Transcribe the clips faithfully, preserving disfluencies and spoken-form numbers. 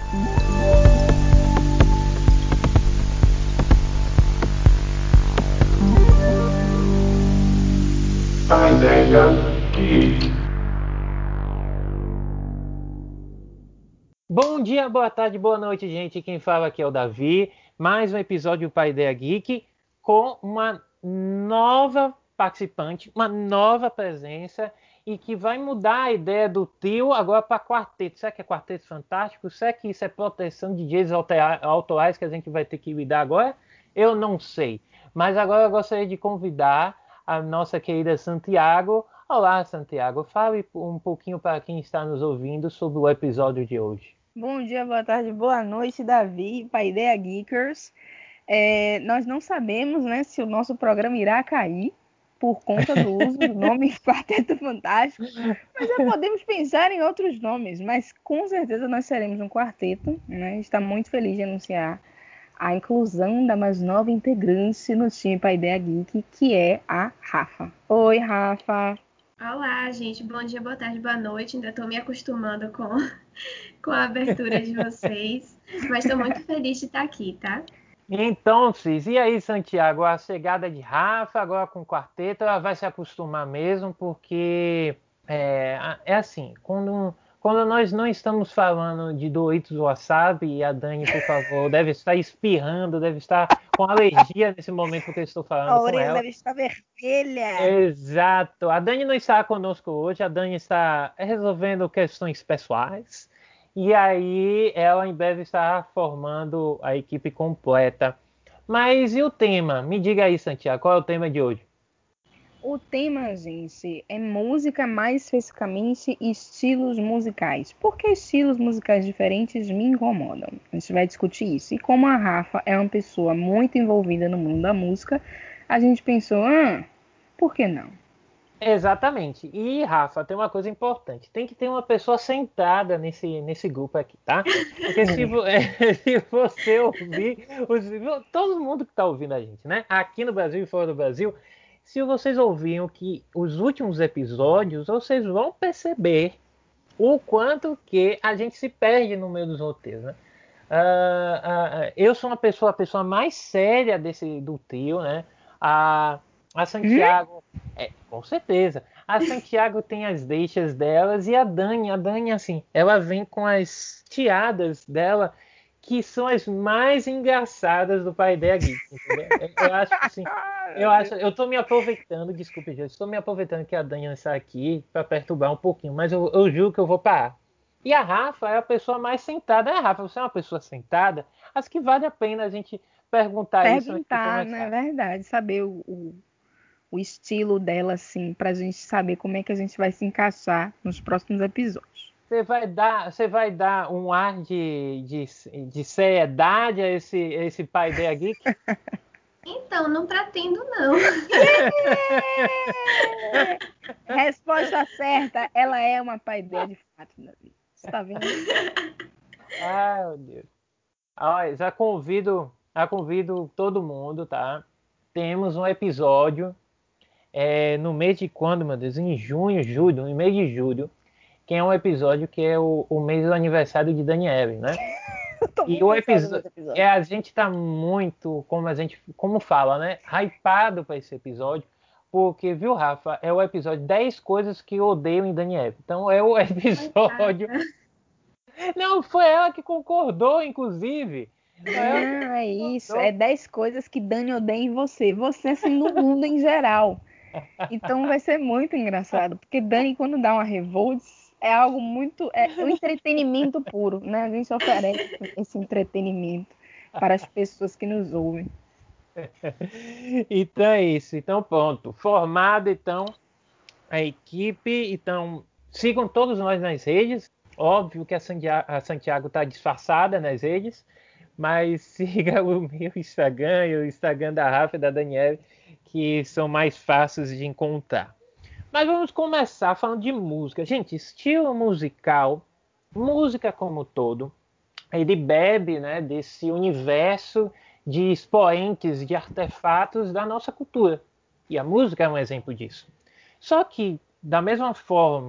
Bom dia, boa tarde, boa noite, gente. Quem fala aqui é o Davi. Mais um episódio do Paideia Geek com uma nova participante, uma nova presença e que vai mudar a ideia do trio agora para quarteto. Será que é quarteto fantástico? Será que isso é proteção de direitos autorais que a gente vai ter que lidar agora? Eu não sei. Mas agora eu gostaria de convidar a nossa querida Santiago. Olá, Santiago. Fale um pouquinho para quem está nos ouvindo sobre o episódio de hoje. Bom dia, boa tarde, boa noite, Davi, Paideia Geekers. É, nós não sabemos, né, se o nosso programa irá cair por conta do uso do nome Quarteto Fantástico, mas já podemos pensar em outros nomes, mas com certeza nós seremos um quarteto, né? Está muito feliz de anunciar a inclusão da mais nova integrante no time Paideia Geek, que é a Rafa. Oi, Rafa! Olá, gente. Bom dia, boa tarde, boa noite. Ainda estou me acostumando com, com a abertura de vocês, mas estou muito feliz de estar aqui, tá? Então, Cis, e aí, Santiago, a chegada de Rafa agora com o quarteto, ela vai se acostumar mesmo, porque é, é assim, quando, quando nós não estamos falando de Doritos Wasabi, e a Dani, por favor, deve estar espirrando, deve estar com alergia nesse momento porque eu estou falando A com orelha ela. deve estar vermelha. Exato. A Dani não está conosco hoje, a Dani está resolvendo questões pessoais. E aí ela em breve estará formando a equipe completa. Mas e o tema? Me diga aí, Santiago, qual é o tema de hoje? O tema, gente, é música, mais especificamente estilos musicais. Por que estilos musicais diferentes me incomodam? A gente vai discutir isso. E como a Rafa é uma pessoa muito envolvida no mundo da música, a gente pensou, ah, por que não? Exatamente. E, Rafa, tem uma coisa importante. Tem que ter uma pessoa sentada nesse, nesse grupo aqui, tá? Porque se, vo- é, se você ouvir, os- todo mundo que está ouvindo a gente, né? Aqui no Brasil e fora do Brasil, se vocês ouviram que os últimos episódios, vocês vão perceber o quanto que a gente se perde no meio dos roteiros, né? Ah, ah, ah, eu sou uma pessoa, a pessoa mais séria desse do trio, né? A, a Hum? Santiago, é, com certeza. A Santiago tem as deixas delas e a Dani, a Dani assim, ela vem com as tiadas dela que são as mais engraçadas do Paideia Geek, entendeu? Eu acho que assim, eu acho, eu tô me aproveitando, desculpe, gente, estou me aproveitando que a Dani está aqui para perturbar um pouquinho, mas eu, eu juro que eu vou parar. E a Rafa é a pessoa mais sentada. É, Rafa, você é uma pessoa sentada? Acho que vale a pena a gente perguntar isso antes de Perguntar, não é começar. verdade? Saber o, o, o estilo dela, assim, pra gente saber como é que a gente vai se encaixar nos próximos episódios. Você vai dar, você vai dar um ar de, de, de seriedade a esse, a esse pai Paideia Geek? Então, não pretendo, não. Resposta certa, ela é uma paideia de fato, Davi. Você tá vendo? Ai, meu Deus. Olha, já convido, já convido todo mundo, tá? Temos um episódio é, no mês de quando, meu Deus? Em junho, julho, no mês de julho, que é um episódio que é o, o mês do aniversário de Daniele, né? Eu tô E muito o ansiosa episódio, nesse episódio. é, a gente tá muito, como a gente, como fala, né? Hypado para esse episódio, porque, viu, Rafa, é o episódio dez coisas que eu odeio em Daniel. Então é o episódio. Coitada. Não, foi ela que concordou, inclusive. Foi ela que Não, é isso. É concordou. dez coisas que Dani odeia em você. Você, assim, no mundo em geral. Então vai ser muito engraçado. Porque Dani, quando dá uma revolt, é algo muito. É um entretenimento puro, né? A gente oferece esse entretenimento para as pessoas que nos ouvem. Então é isso. Então pronto. Formada então a equipe. Então sigam todos nós nas redes. Óbvio que a Santiago, a Santiago está disfarçada nas redes, mas siga o meu Instagram e o Instagram da Rafa e da Daniela, que são mais fáceis de encontrar. Mas vamos começar falando de música. Gente, estilo musical, música como um todo, ele bebe, né, desse universo de expoentes, de artefatos da nossa cultura. E a música é um exemplo disso. Só que, da mesma forma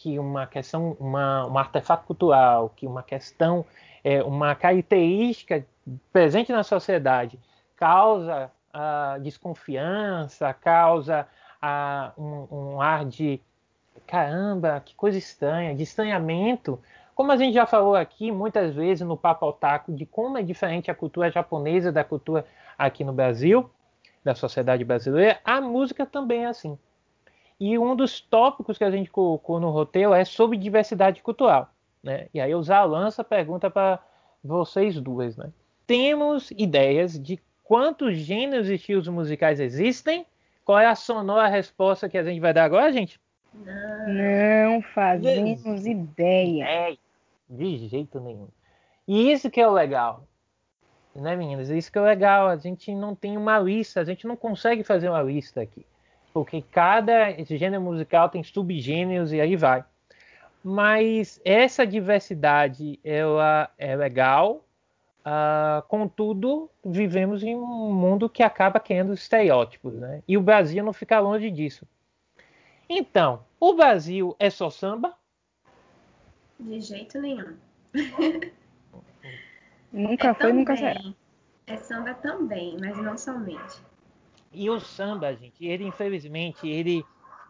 que uma questão, uma, um artefato cultural, que uma questão, é, uma característica presente na sociedade causa a desconfiança, causa a, um, um ar de caramba, que coisa estranha, de estranhamento. Como a gente já falou aqui muitas vezes no Papo Otaku, de como é diferente a cultura japonesa da cultura aqui no Brasil, da sociedade brasileira, a música também é assim. E um dos tópicos que a gente colocou no roteiro é sobre diversidade cultural, né? E aí o Zá lança a pergunta para vocês duas, né? Temos ideias de quantos gêneros e estilos musicais existem? Qual é a sonora resposta que a gente vai dar agora, gente? Não fazemos ideia. É, de jeito nenhum. E isso que é o legal, né, meninas? Isso que é o legal. A gente não tem uma lista, a gente não consegue fazer uma lista aqui. Porque cada gênero musical tem subgêneros e aí vai. Mas essa diversidade ela é legal, uh, contudo, vivemos em um mundo que acaba criando estereótipos, né? E o Brasil não fica longe disso. Então, o Brasil é só samba? De jeito nenhum. Nunca É foi, nunca será. também. É samba também, mas não somente. E o samba, gente, ele infelizmente, ele,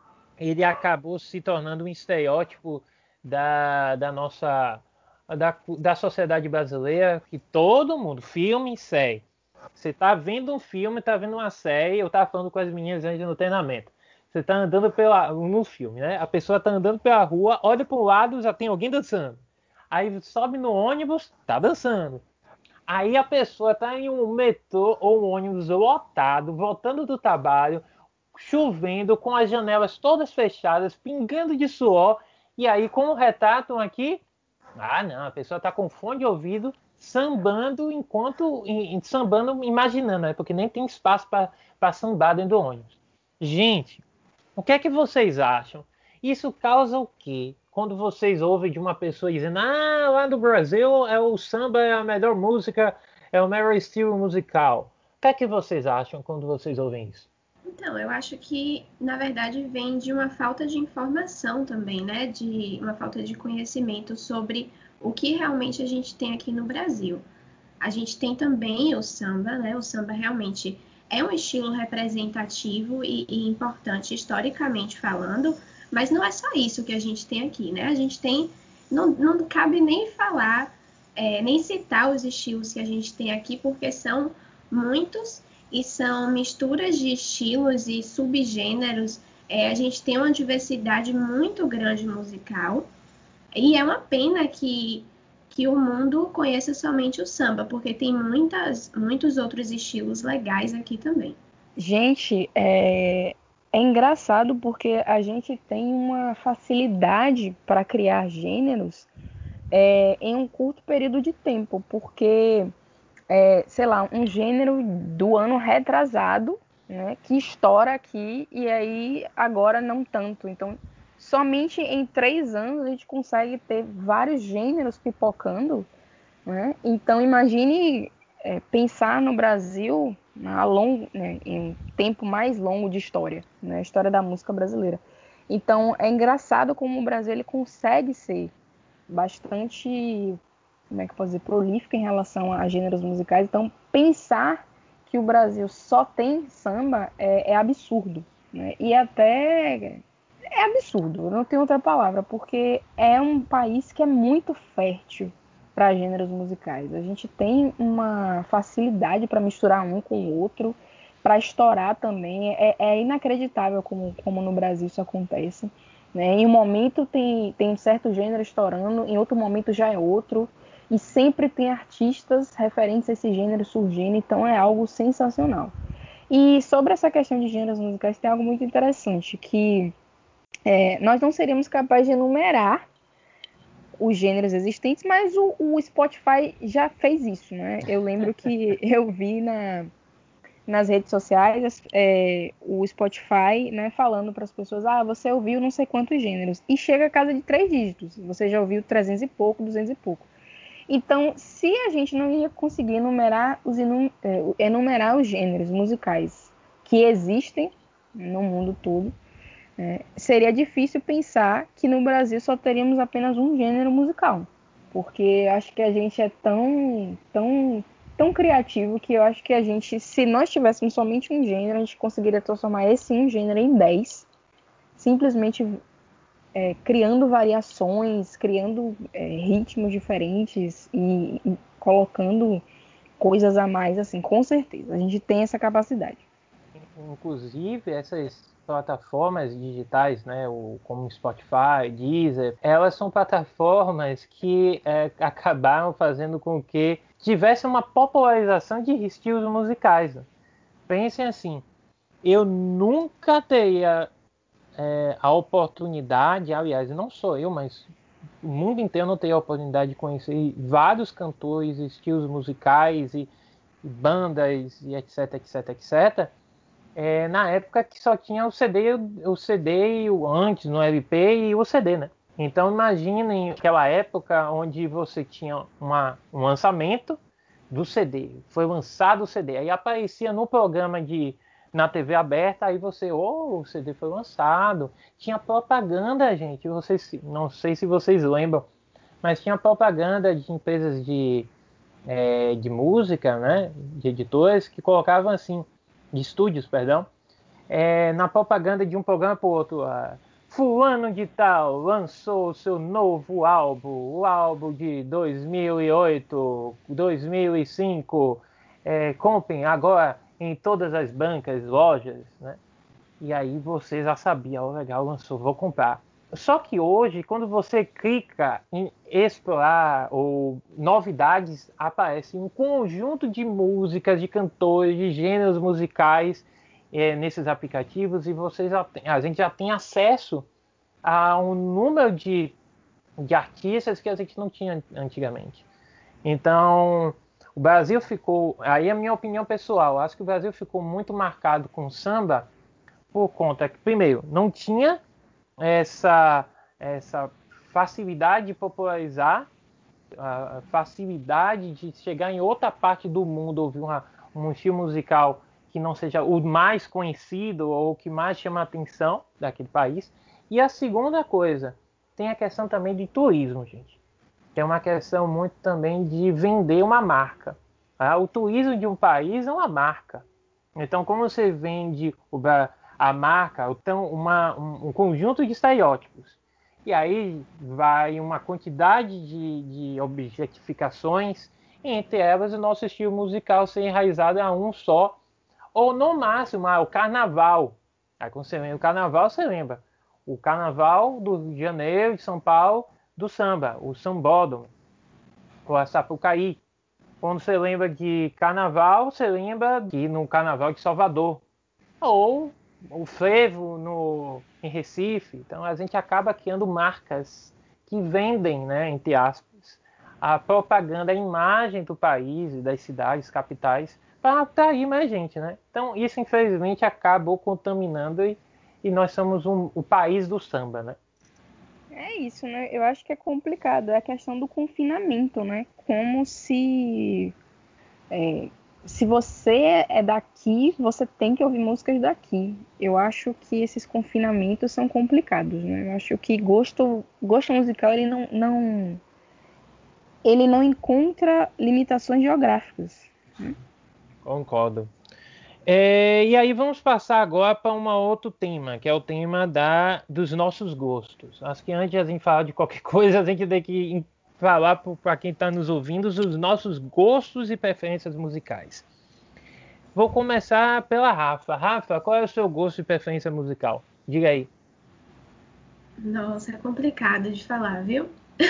ele acabou se tornando um estereótipo da, da nossa, da, da sociedade brasileira, que todo mundo, filme e série. Você tá vendo um filme, tá vendo uma série, eu tava falando com as meninas antes no treinamento. Você tá andando pela, no filme, né? A pessoa tá andando pela rua, olha para o lado, já tem alguém dançando. Aí sobe no ônibus, tá dançando. Aí a pessoa está em um metrô ou um ônibus lotado, voltando do trabalho, chovendo, com as janelas todas fechadas, pingando de suor. E aí, como retratam aqui, ah, não, a pessoa está com fone de ouvido, sambando enquanto. Em, em, sambando, imaginando, né? Porque nem tem espaço para sambar dentro do ônibus. Gente, o que é que vocês acham? Isso causa o quê? Quando vocês ouvem de uma pessoa dizendo, ah, lá no Brasil é o samba é a melhor música, é o melhor estilo musical. O que é que vocês acham quando vocês ouvem isso? Então, eu acho que, na verdade, vem de uma falta de informação também, né? De uma falta de conhecimento sobre o que realmente a gente tem aqui no Brasil. A gente tem também o samba, né? O samba realmente é um estilo representativo e, e importante historicamente falando, mas não é só isso que a gente tem aqui, né? A gente tem, não, não cabe nem falar, é, nem citar os estilos que a gente tem aqui, porque são muitos e são misturas de estilos e subgêneros. É, a gente tem uma diversidade muito grande musical e é uma pena que que o mundo conheça somente o samba, porque tem muitas, muitos outros estilos legais aqui também. Gente, é, é engraçado porque a gente tem uma facilidade para criar gêneros é, em um curto período de tempo, porque, é, sei lá, um gênero do ano retrasado, né, que estoura aqui e aí agora não tanto. Então, somente em três anos a gente consegue ter vários gêneros pipocando, né? Então, imagine é, pensar no Brasil a longo, né, em um tempo mais longo de história, né, a história da música brasileira. Então, é engraçado como o Brasil ele consegue ser bastante, como é que eu posso dizer, prolífico em relação a gêneros musicais. Então, pensar que o Brasil só tem samba é, é absurdo, né? E até é absurdo, não tem outra palavra, porque é um país que é muito fértil para gêneros musicais. A gente tem uma facilidade para misturar um com o outro, para estourar também. É, é inacreditável como, como no Brasil isso acontece. Né? Em um momento tem, tem um certo gênero estourando, em outro momento já é outro. E sempre tem artistas referentes a esse gênero surgindo, então é algo sensacional. E sobre essa questão de gêneros musicais, tem algo muito interessante, que é, nós não seríamos capazes de enumerar os gêneros existentes, mas o, o Spotify já fez isso, né? Eu lembro que eu vi na, nas redes sociais é, o Spotify, né, falando para as pessoas, ah, você ouviu não sei quantos gêneros, e chega a casa de três dígitos, você já ouviu trezentos e pouco, duzentos e pouco. Então, se a gente não ia conseguir enumerar os, enum, é, enumerar os gêneros musicais que existem no mundo todo, É, seria difícil pensar que no Brasil só teríamos apenas um gênero musical, porque acho que a gente é tão, tão, tão criativo que eu acho que a gente, se nós tivéssemos somente um gênero, a gente conseguiria transformar esse um gênero em dez, simplesmente é, criando variações, criando é, ritmos diferentes e, e colocando coisas a mais, assim, com certeza. A gente tem essa capacidade. Inclusive, essas plataformas digitais, né, o, como Spotify, Deezer, elas são plataformas que é, acabaram fazendo com que tivesse uma popularização de estilos musicais. Né? Pensem assim, eu nunca teria é, a oportunidade, aliás, não sou eu, mas o mundo inteiro não teria a oportunidade de conhecer vários cantores, estilos musicais e, e bandas e etc, etc, etc, É, na época que só tinha o C D, o C D o antes no L P e o C D, né? Então imaginem aquela época onde você tinha uma, um lançamento do C D, foi lançado o C D, aí aparecia no programa de na T V aberta, aí você, oh, o C D foi lançado, tinha propaganda, gente, vocês, não sei se vocês lembram, mas tinha propaganda de empresas de, é, de música, né, de editores que colocavam assim, de estúdios, perdão, é, na propaganda de um programa para o outro. Ah, fulano de tal lançou o seu novo álbum, o álbum de dois mil e oito, dois mil e cinco, é, comprem agora em todas as bancas, lojas, né? E aí você já sabia, oh, legal, lançou, vou comprar. Só que hoje, quando você clica em explorar ou novidades, aparece um conjunto de músicas, de cantores, de gêneros musicais é, nesses aplicativos e você já tem, a gente já tem acesso a um número de, de artistas que a gente não tinha antigamente. Então, o Brasil ficou, aí é a minha opinião pessoal, acho que o Brasil ficou muito marcado com o samba por conta que, primeiro, não tinha essa, essa facilidade de popularizar, a facilidade de chegar em outra parte do mundo, ouvir uma, um estilo musical que não seja o mais conhecido ou o que mais chama a atenção daquele país. E a segunda coisa, tem a questão também de turismo, gente. Que é uma questão muito também de vender uma marca. Tá? O turismo de um país é uma marca. Então, como você vende a marca, então uma, um, um conjunto de estereótipos. E aí vai uma quantidade de, de objetificações, entre elas o nosso estilo musical ser enraizado a um só, ou no máximo, ah, o carnaval. Aí quando você lembra o carnaval, você lembra o carnaval do Rio de Janeiro, de São Paulo, do samba, o sambódromo, ou a Sapucaí. Quando você lembra de carnaval, você lembra que no carnaval de Salvador. Ou o frevo no, em Recife. Então a gente acaba criando marcas que vendem, né, entre aspas, a propaganda, a imagem do país e das cidades, capitais, para atrair mais gente, né? Então isso infelizmente acabou contaminando e, e nós somos um, o país do samba, né? É isso, né? Eu acho que é complicado. É a questão do confinamento, né? Como se... É, se você é daqui, você tem que ouvir músicas daqui. Eu acho que esses confinamentos são complicados, né? Eu acho que gosto, gosto musical, ele não, não, ele não encontra limitações geográficas. Né? Concordo. É, e aí vamos passar agora para um outro tema, que é o tema da, dos nossos gostos. Acho que antes de a gente falar de qualquer coisa, a gente tem que falar para quem está nos ouvindo os nossos gostos e preferências musicais. Vou começar pela Rafa. Rafa, qual é o seu gosto e preferência musical? Diga aí. Nossa, é complicado de falar, viu?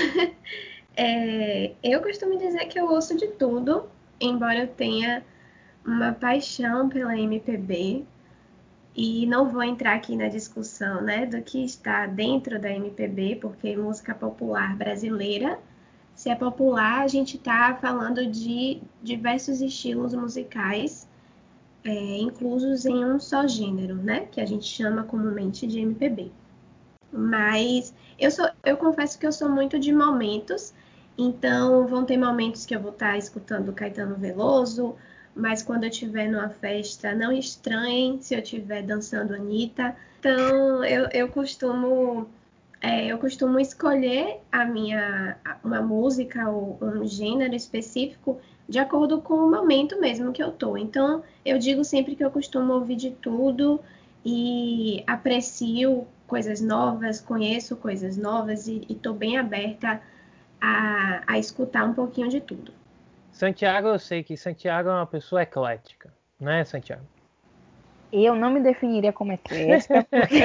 é, eu costumo dizer que eu ouço de tudo, embora eu tenha uma paixão pela M P B. E não vou entrar aqui na discussão, né, do que está dentro da M P B, porque música popular brasileira, se é popular, a gente está falando de diversos estilos musicais, é, inclusos em um só gênero, né, que a gente chama comumente de M P B. Mas eu, sou, eu confesso que eu sou muito de momentos, então vão ter momentos que eu vou estar escutando Caetano Veloso, mas quando eu estiver numa festa, não estranhem se eu estiver dançando Anitta. Então, eu, eu costumo é, eu costumo escolher a minha uma música ou um gênero específico de acordo com o momento mesmo que eu tô. Então, eu digo sempre que eu costumo ouvir de tudo e aprecio coisas novas, conheço coisas novas e estou bem aberta a, a escutar um pouquinho de tudo. Santiago, eu sei que Santiago é uma pessoa eclética, né, Santiago? Eu não me definiria como eclética, porque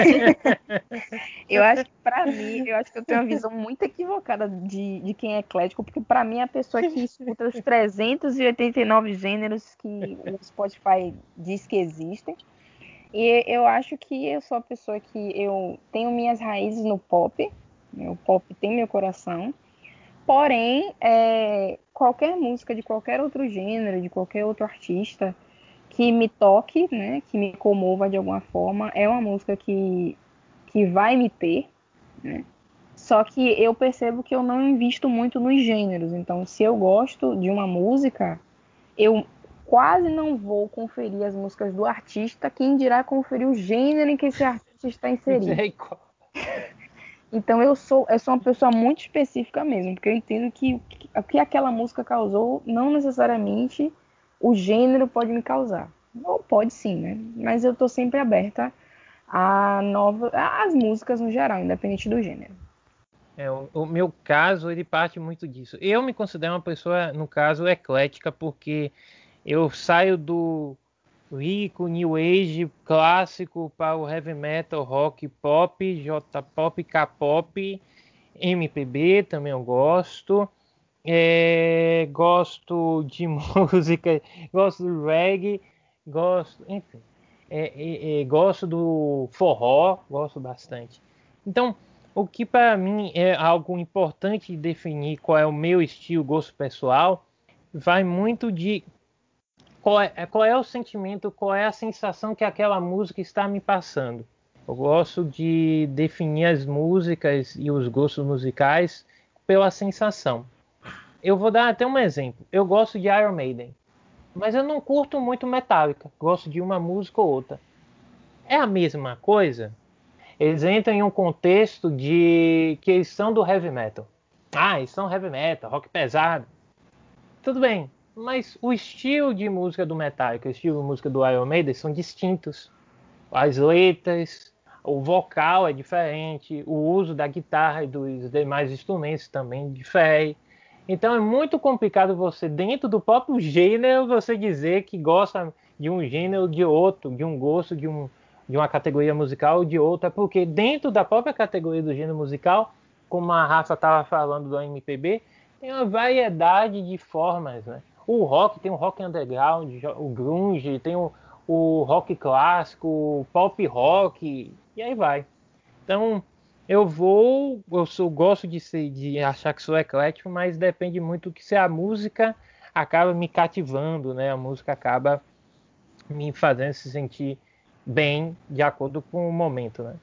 eu acho que pra mim, eu acho que eu tenho uma visão muito equivocada de, de quem é eclético, porque pra mim é a pessoa que escuta os trezentos e oitenta e nove gêneros que o Spotify diz que existem. E eu acho que eu sou a pessoa que eu tenho minhas raízes no pop, né? O pop tem meu coração. Porém, é, qualquer música de qualquer outro gênero, de qualquer outro artista que me toque, né, que me comova de alguma forma, é uma música que, que vai me ter, né? Só que eu percebo que eu não invisto muito nos gêneros. Então, se eu gosto de uma música, eu quase não vou conferir as músicas do artista, quem dirá conferir o gênero em que esse artista está inserido. Então eu sou, eu sou uma pessoa muito específica mesmo, porque eu entendo que o que aquela música causou, não necessariamente o gênero pode me causar. Ou pode sim, né? Mas eu tô sempre aberta a nova, às músicas no geral, independente do gênero. É, o, o meu caso, ele parte muito disso. Eu me considero uma pessoa, no caso, eclética, porque eu saio do rico, new age, clássico, para o heavy metal, rock, pop, J-pop, K-pop, M P B também eu gosto. É, gosto de música, gosto do reggae, gosto, enfim, é, é, é, gosto do forró, gosto bastante. Então, o que para mim é algo importante de definir qual é o meu estilo, gosto pessoal, vai muito de qual é, qual é o sentimento, qual é a sensação que aquela música está me passando. Eu gosto de definir as músicas e os gostos musicais pela sensação. Eu vou dar até um exemplo. Eu gosto de Iron Maiden, mas eu não curto muito Metallica. Gosto de uma música ou outra. É a mesma coisa? Eles entram em um contexto de que eles são do heavy metal. Ah, eles são heavy metal, rock pesado. Tudo bem, mas o estilo de música do Metallica e o estilo de música do Iron Maiden são distintos. As letras, o vocal é diferente, o uso da guitarra e dos demais instrumentos também difere. Então é muito complicado você, dentro do próprio gênero, você dizer que gosta de um gênero ou de outro, de um gosto de, um, de uma categoria musical ou de outra, porque dentro da própria categoria do gênero musical, como a Rafa estava falando do M P B, tem uma variedade de formas, né? O rock tem o rock underground, o grunge, tem o, o rock clássico, o pop rock, e aí vai. Então, eu vou, eu sou, gosto de, ser, de achar que sou eclético, mas depende muito que se a música acaba me cativando, né? A música acaba me fazendo se sentir bem de acordo com o momento, né?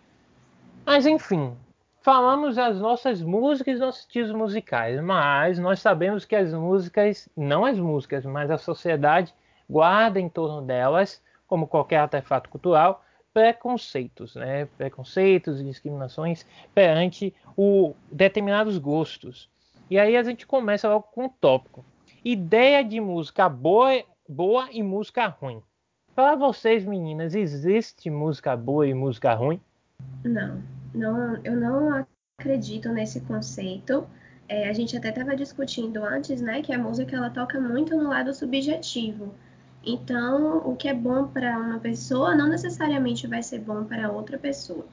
Mas enfim, falamos as nossas músicas e nossos estilos musicais, mas nós sabemos que as músicas, não as músicas, mas a sociedade guarda em torno delas, como qualquer artefato cultural, preconceitos, né? Preconceitos e discriminações perante o determinados gostos. E aí a gente começa logo com o tópico: ideia de música boa, boa e música ruim. Para vocês, meninas, existe música boa e música ruim? Não, não, eu não acredito nesse conceito. É, a gente até estava discutindo antes, né, que a música ela toca muito no lado subjetivo. Então, o que é bom para uma pessoa não necessariamente vai ser bom para outra pessoa.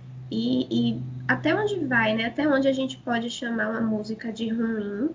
E, e até onde vai, né? Até onde a gente pode chamar uma música de ruim,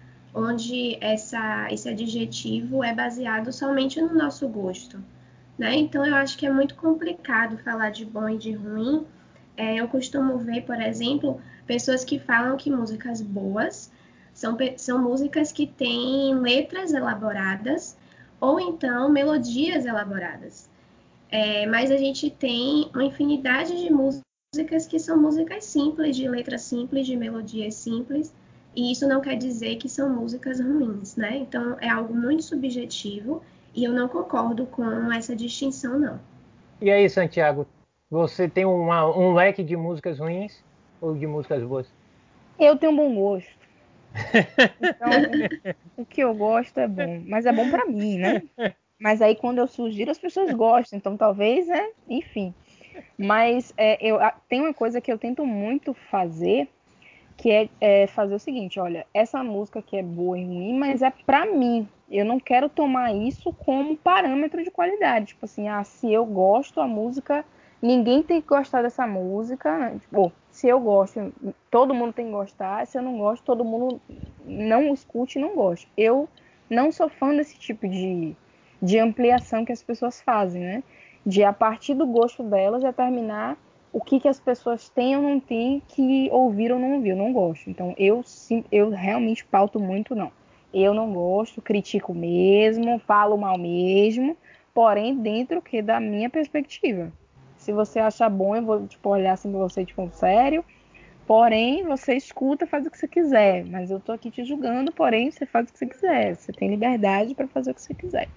onde essa, esse adjetivo é baseado somente no nosso gosto, né? Então, eu acho que é muito complicado falar de bom e de ruim. É, eu costumo ver, por exemplo, pessoas que falam que músicas boas são, são músicas que têm letras elaboradas ou então melodias elaboradas. É, mas a gente tem uma infinidade de músicas que são músicas simples, de letras simples, de melodias simples, e isso não quer dizer que são músicas ruins, né? Então é algo muito subjetivo E eu não concordo com essa distinção, não. E aí, Santiago, você tem uma, um leque de músicas ruins ou de músicas boas? Eu tenho um bom gosto. Então, o que eu gosto é bom. Mas é bom pra mim, né? Mas aí quando eu sugiro, as pessoas gostam. Então talvez, né? Enfim. Mas é, eu, tem uma coisa que eu tento muito fazer, que é, é fazer o seguinte, olha, essa música aqui é boa e ruim, mas é pra mim. Eu não quero tomar isso como parâmetro de qualidade. Tipo assim, ah, se eu gosto a música, ninguém tem que gostar dessa música. Tipo, se eu gosto, todo mundo tem que gostar. Se eu não gosto, todo mundo não escute e não goste. Eu não sou fã desse tipo de, de ampliação que as pessoas fazem, né? De a partir do gosto delas determinar o que, que as pessoas têm ou não têm que ouvir ou não ouvir. Eu não gosto. Então, eu, sim, eu realmente pauto muito, não. Eu não gosto, critico mesmo, falo mal mesmo, porém, dentro que da minha perspectiva. Se você achar bom, eu vou tipo, olhar assim pra você, tipo, sério. Porém, você escuta, faz o que você quiser. Mas eu tô aqui te julgando, porém, você faz o que você quiser. Você tem liberdade para fazer o que você quiser.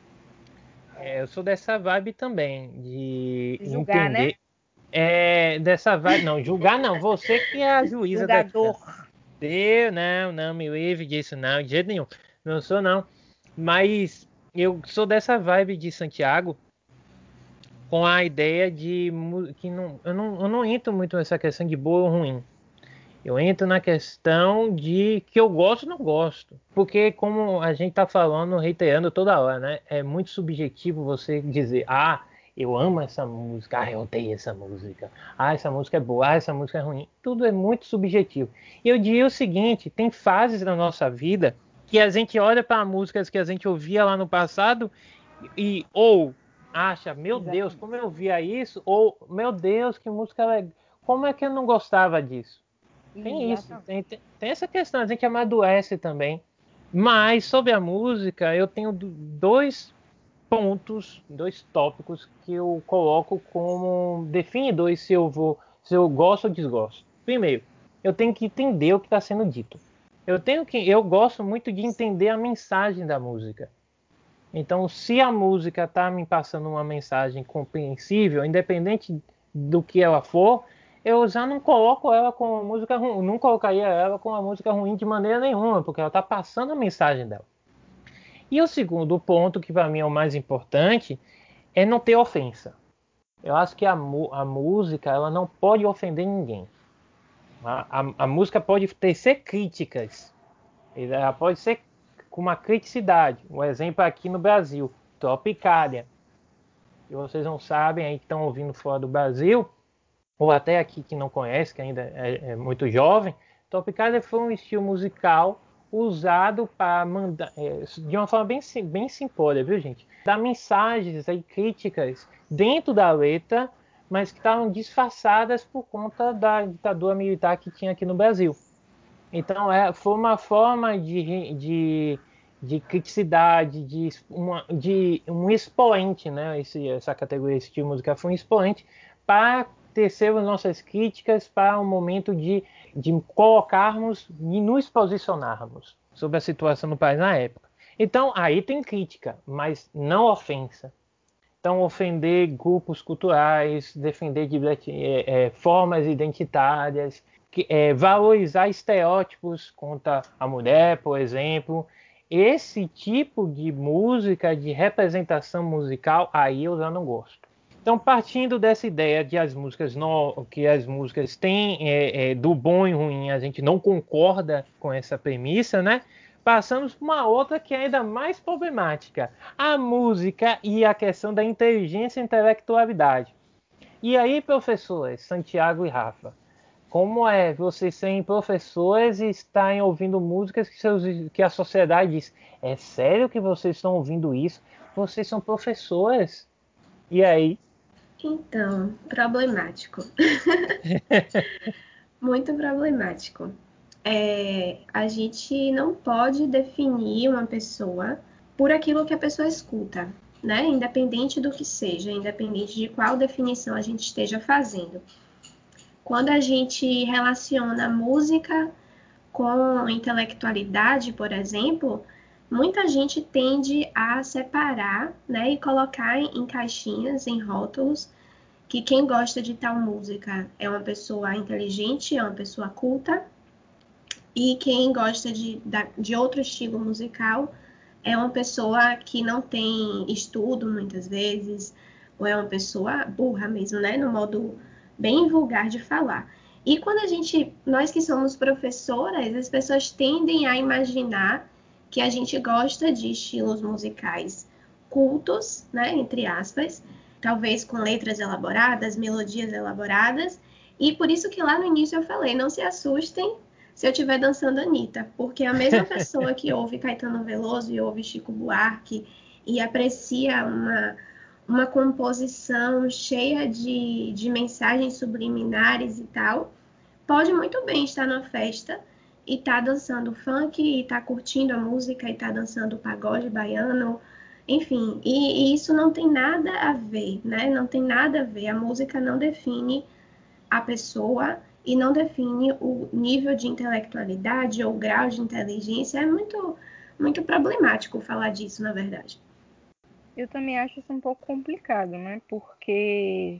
É, eu sou dessa vibe também, de Julgar, né? entender. É, dessa vibe. Não, julgar não. Você que é a juíza daqui. Julgador. Eu, não, não me livre disso, não, de jeito nenhum. Não sou, não. Mas eu sou dessa vibe de Santiago com a ideia de que não, eu, não, eu não entro muito nessa questão de boa ou ruim. Eu entro na questão de que eu gosto ou não gosto. Porque, como a gente tá falando, reiterando toda hora, né? É muito subjetivo você dizer, ah, eu amo essa música, ah, eu odeio essa música, ah, essa música é boa, ah, essa música é ruim. Tudo é muito subjetivo. E eu diria o seguinte, tem fases na nossa vida que a gente olha para músicas que a gente ouvia lá no passado e ou acha, meu Deus, Exatamente. como eu ouvia isso, ou, meu Deus, que música legal, como é que eu não gostava disso? Tem isso, Exatamente. tem, tem, tem essa questão, a gente amadurece também. Mas sobre a música, eu tenho dois pontos, dois tópicos que eu coloco como definidores se eu vou, se eu gosto ou desgosto. Primeiro, eu tenho que entender o que está sendo dito. Eu tenho que, eu gosto muito de entender a mensagem da música. Então, se a música está me passando uma mensagem compreensível, independente do que ela for, eu já não coloco ela com uma música ruim, não colocaria ela com uma música ruim de maneira nenhuma, porque ela está passando a mensagem dela. E o segundo ponto, que para mim é o mais importante, é não ter ofensa. Eu acho que a, a música ela não pode ofender ninguém. A, a, a música pode tecer críticas, ela pode ser com uma criticidade. Um exemplo aqui no Brasil, Tropicália. E vocês não sabem, aí que estão ouvindo fora do Brasil, ou até aqui que não conhece, que ainda é, é muito jovem, Tropicália foi um estilo musical usado para mandar, é, de uma forma bem, bem simplória, viu, gente? Dar mensagens aí, críticas dentro da letra, mas que estavam disfarçadas por conta da ditadura militar que tinha aqui no Brasil. Então, é, foi uma forma de, de, de criticidade, de, uma, de um expoente, né? Esse, essa categoria, esse tipo de música foi um expoente para tecer as nossas críticas para um momento de, de colocarmos e nos posicionarmos sobre a situação do país na época. Então, aí tem crítica, mas não ofensa. Então, ofender grupos culturais, defender de, é, é, formas identitárias, que, é, valorizar estereótipos contra a mulher, por exemplo. Esse tipo de música, de representação musical, aí eu já não gosto. Então, partindo dessa ideia de as músicas no, que as músicas têm é, é, do bom e ruim, a gente não concorda com essa premissa, né? Passamos para uma outra que é ainda mais problemática, a música e a questão da inteligência e intelectualidade. E aí, professores, Santiago e Rafa, como é vocês serem professores e estarem ouvindo músicas que, seus, que a sociedade diz, é sério que vocês estão ouvindo isso? Vocês são professores. E aí? Então, problemático. Muito problemático. É, a gente não pode definir uma pessoa por aquilo que a pessoa escuta, né? Independente do que seja, independente de qual definição a gente esteja fazendo. Quando a gente relaciona música com intelectualidade, por exemplo, muita gente tende a separar, né, e colocar em caixinhas, em rótulos, que quem gosta de tal música é uma pessoa inteligente, é uma pessoa culta, e quem gosta de, de outro estilo musical é uma pessoa que não tem estudo, muitas vezes, ou é uma pessoa burra mesmo, né, no modo bem vulgar de falar. E quando a gente, nós que somos professoras, as pessoas tendem a imaginar que a gente gosta de estilos musicais cultos, né, entre aspas, talvez com letras elaboradas, melodias elaboradas, e por isso que lá no início eu falei, não se assustem se eu estiver dançando Anitta, porque a mesma pessoa que ouve Caetano Veloso e ouve Chico Buarque e aprecia uma, uma composição cheia de, de mensagens subliminares e tal, pode muito bem estar na festa e estar tá dançando funk, e estar tá curtindo a música, e estar tá dançando pagode baiano, enfim, e, e isso não tem nada a ver, né? Não tem nada a ver. A música não define a pessoa e não define o nível de intelectualidade ou grau de inteligência. É muito, muito problemático falar disso, na verdade. Eu também acho isso um pouco complicado, né? Porque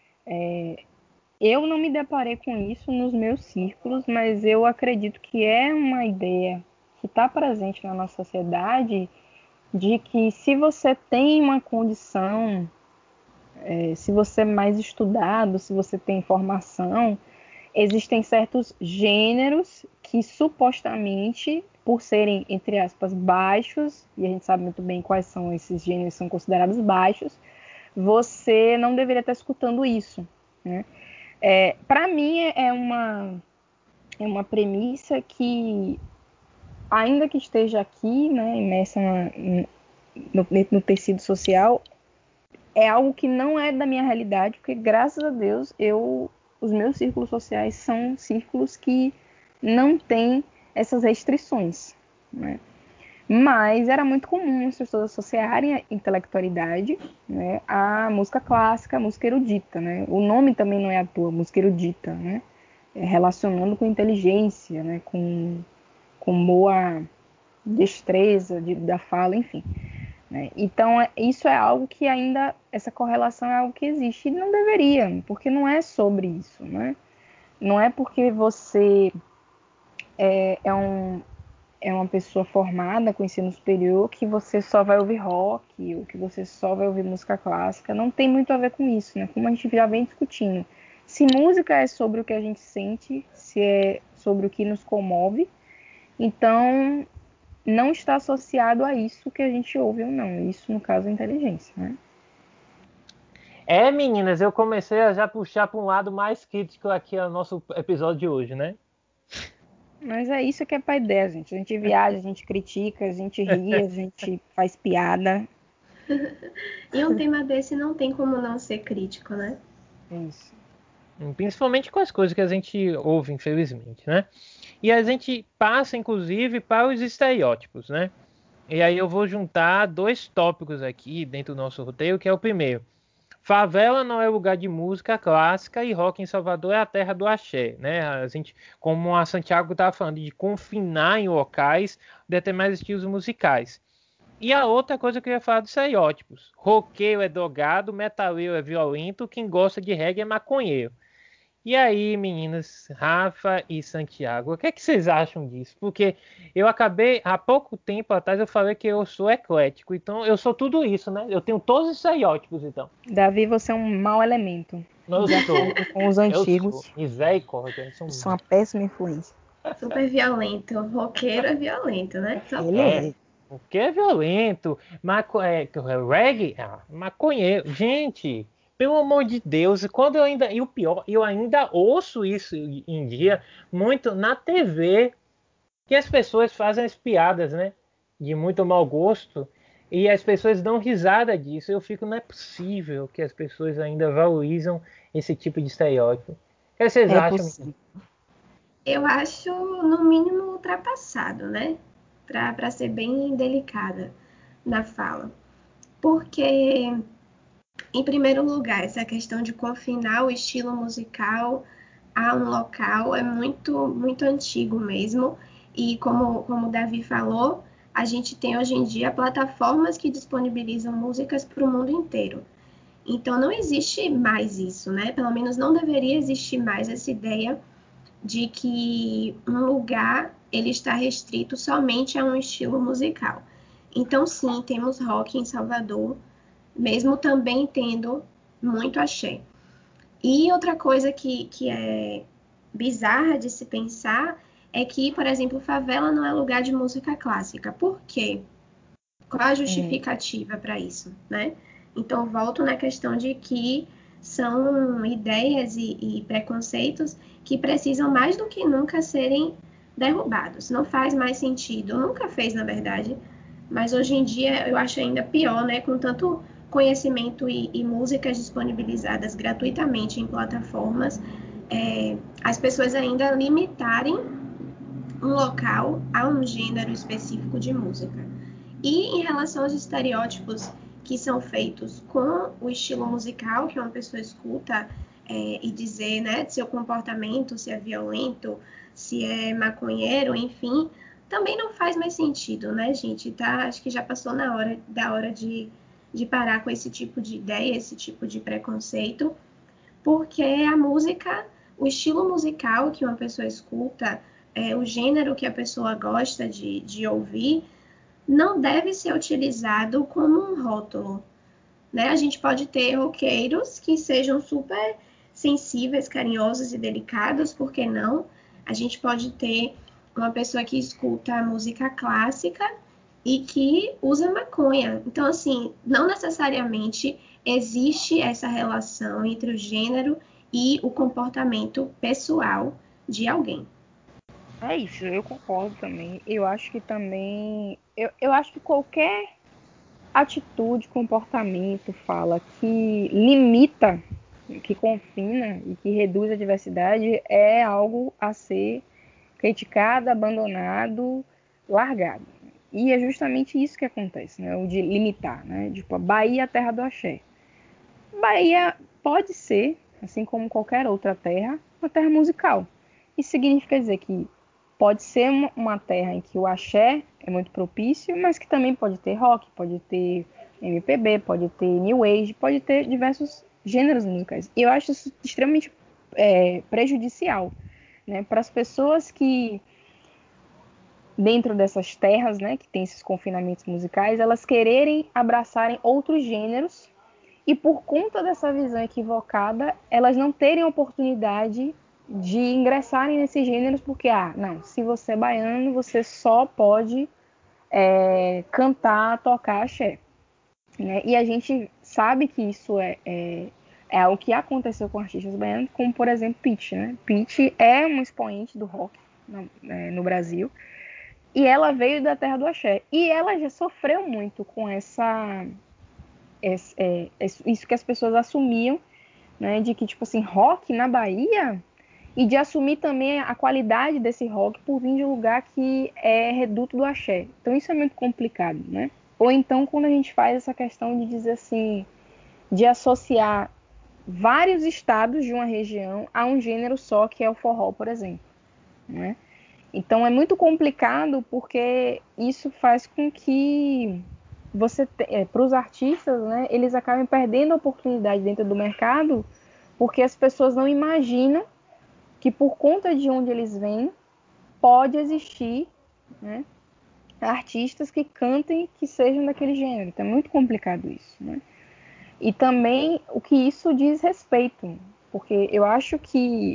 é, eu não me deparei com isso nos meus círculos, mas eu acredito que é uma ideia que está presente na nossa sociedade de que se você tem uma condição, é, se você é mais estudado, se você tem informação, existem certos gêneros que supostamente, por serem, entre aspas, baixos, e a gente sabe muito bem quais são esses gêneros que são considerados baixos, você não deveria estar escutando isso, né? É, para mim é uma, é uma premissa que, ainda que esteja aqui, né, imersa na, no, no tecido social, é algo que não é da minha realidade, porque graças a Deus eu, os meus círculos sociais são círculos que não têm essas restrições, né? Mas era muito comum as pessoas associarem a intelectualidade, né, à música clássica, à música erudita, né? O nome também não é à toa, música erudita, né? Relacionando com inteligência, né, com, com boa destreza de, da fala, enfim. Né? Então, isso é algo que ainda, essa correlação é algo que existe e não deveria, porque não é sobre isso, né? Não é porque você é, é, um, é uma pessoa formada com ensino superior que você só vai ouvir rock ou que você só vai ouvir música clássica. Não tem muito a ver com isso, né? Como a gente já vem discutindo. Se música é sobre o que a gente sente, se é sobre o que nos comove, então não está associado a isso que a gente ouve ou não. Isso, no caso, é inteligência, né? É, meninas, eu comecei a já puxar para um lado mais crítico aqui ao nosso episódio de hoje, né? Mas é isso que é pra ideia, gente. A gente viaja, a gente critica, a gente ri, a gente faz piada. E um tema desse não tem como não ser crítico, né? Isso. Principalmente com as coisas que a gente ouve, infelizmente, né? E a gente passa, inclusive, para os estereótipos, né? E aí eu vou juntar dois tópicos aqui dentro do nosso roteiro, que é o primeiro. Favela não é lugar de música clássica e rock em Salvador é a terra do axé, né? A gente, como a Santiago estava falando, de confinar em locais determinados estilos musicais. E a outra coisa que eu ia falar dos estereótipos. Roqueiro é drogado, metaleiro é violento, quem gosta de reggae é maconheiro. E aí, meninas, Rafa e Santiago, o que é que vocês acham disso? Porque eu acabei, há pouco tempo atrás, eu falei que eu sou eclético, então eu sou tudo isso, né? Eu tenho todos os estereótipos, então. Davi, você é um mau elemento. Eu De sou, acordo com os eu sou, antigos. misericórdia, eu sou Eu sou uma péssima influência. Super violento. Roqueiro é violento, né? Só Ele É, é. o que é violento? Maco... É, reggae? Ah, maconheiro. Gente, pelo amor de Deus, quando eu ainda. E o pior, eu ainda ouço isso em dia muito na T V, que as pessoas fazem as piadas, né? De muito mau gosto. E as pessoas dão risada disso. Eu fico, não é possível que as pessoas ainda valorizam esse tipo de estereótipo. O que vocês É acham? possível. Eu acho, no mínimo, ultrapassado, né? Para ser bem delicada na fala. Porque, em primeiro lugar, essa questão de confinar o estilo musical a um local é muito, muito antigo mesmo. E como, como o Davi falou, a gente tem hoje em dia plataformas que disponibilizam músicas para o mundo inteiro. Então não existe mais isso, né? Pelo menos não deveria existir mais essa ideia de que um lugar ele está restrito somente a um estilo musical. Então sim, temos rock em Salvador, mesmo também tendo muito axé. E outra coisa que, que é bizarra de se pensar é que, por exemplo, favela não é lugar de música clássica. Por quê? Qual a justificativa para isso, né? Então, volto na questão de que são ideias e, e preconceitos que precisam mais do que nunca serem derrubados. Não faz mais sentido, nunca fez, na verdade, mas hoje em dia eu acho ainda pior, né? Com tanto conhecimento e, e músicas disponibilizadas gratuitamente em plataformas, é, as pessoas ainda limitarem um local a um gênero específico de música. E em relação aos estereótipos que são feitos com o estilo musical que uma pessoa escuta é, e dizer, né, seu comportamento, se é violento, se é maconheiro, enfim, também não faz mais sentido, né, gente? Tá, acho que já passou na hora, da hora de, de parar com esse tipo de ideia, esse tipo de preconceito, porque a música, o estilo musical que uma pessoa escuta, é, o gênero que a pessoa gosta de, de ouvir, não deve ser utilizado como um rótulo, né? A gente pode ter roqueiros que sejam super sensíveis, carinhosos e delicados, por que não? A gente pode ter uma pessoa que escuta música clássica e que usa maconha. Então, assim, não necessariamente existe essa relação entre o gênero e o comportamento pessoal de alguém. É isso, eu concordo também. Eu acho que também. Eu, eu acho que qualquer atitude, comportamento, fala que limita, que confina e que reduz a diversidade é algo a ser criticado, abandonado, largado. E é justamente isso que acontece, né? O de limitar, né? Tipo, a Bahia é a terra do axé. Bahia pode ser, assim como qualquer outra terra, uma terra musical. Isso significa dizer que pode ser uma terra em que o axé é muito propício, mas que também pode ter rock, pode ter M P B, pode ter new age, pode ter diversos gêneros musicais. E eu acho isso extremamente é, prejudicial, né, para as pessoas que, dentro dessas terras, né, que tem esses confinamentos musicais, elas quererem abraçarem outros gêneros e, por conta dessa visão equivocada, elas não terem oportunidade de ingressarem nesses gêneros, porque, ah, não, se você é baiano, você só pode é, cantar, tocar axé. Né? E a gente sabe que isso é, é, é o que aconteceu com artistas baianos, como, por exemplo, Pitty. Né? Pitty é um expoente do rock no, é, no Brasil, e ela veio da terra do axé. E ela já sofreu muito com essa... É, é, isso que as pessoas assumiam, né, de que, tipo assim, rock na Bahia, e de assumir também a qualidade desse rock por vir de um lugar que é reduto do axé. Então isso é muito complicado, né? Ou então quando a gente faz essa questão de dizer assim, de associar vários estados de uma região a um gênero só, que é o forró, por exemplo, né? Então é muito complicado porque isso faz com que você, é, para os artistas, né, eles acabem perdendo a oportunidade dentro do mercado, porque as pessoas não imaginam que, por conta de onde eles vêm, pode existir, né, artistas que cantem, que sejam daquele gênero. Então é muito complicado isso, né? E também o que isso diz respeito, porque eu acho que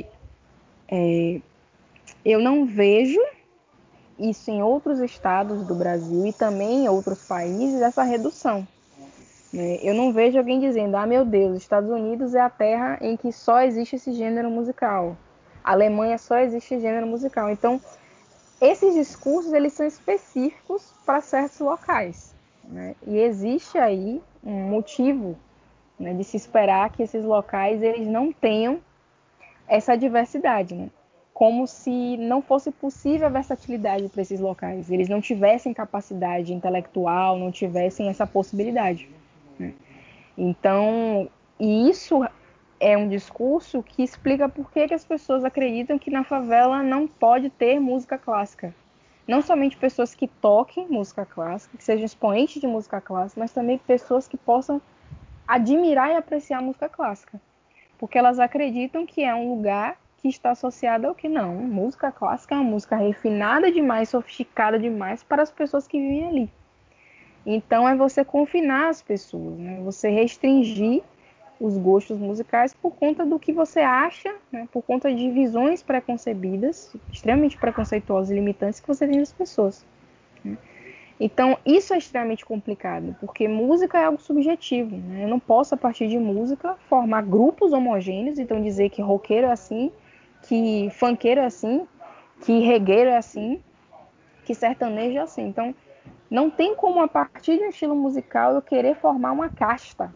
é, eu não vejo isso em outros estados do Brasil e também em outros países, essa redução. Né? Eu não vejo alguém dizendo, ah, meu Deus, Estados Unidos é a terra em que só existe esse gênero musical. A Alemanha só existe gênero musical. Então, esses discursos, eles são específicos para certos locais. Né? E existe aí um motivo, né, de se esperar que esses locais eles não tenham essa diversidade, né? Como se não fosse possível a versatilidade para esses locais. Eles não tivessem capacidade intelectual, não tivessem essa possibilidade. Né? Então, e isso é um discurso que explica por que, que as pessoas acreditam que na favela não pode ter música clássica. Não somente pessoas que toquem música clássica, que sejam expoentes de música clássica, mas também pessoas que possam admirar e apreciar a música clássica. Porque elas acreditam que é um lugar que está associado ao que não. Música clássica é uma música refinada demais, sofisticada demais para as pessoas que vivem ali. Então é você confinar as pessoas, né? Você restringir os gostos musicais por conta do que você acha, né? Por conta de visões preconcebidas, extremamente preconceituosas e limitantes que você tem das pessoas. Né? Então, isso é extremamente complicado, porque música é algo subjetivo. Né? Eu não posso, a partir de música, formar grupos homogêneos, então dizer que roqueiro é assim, que funkeiro é assim, que regueiro é assim, que sertanejo é assim. Então, não tem como, a partir de um estilo musical, eu querer formar uma casta,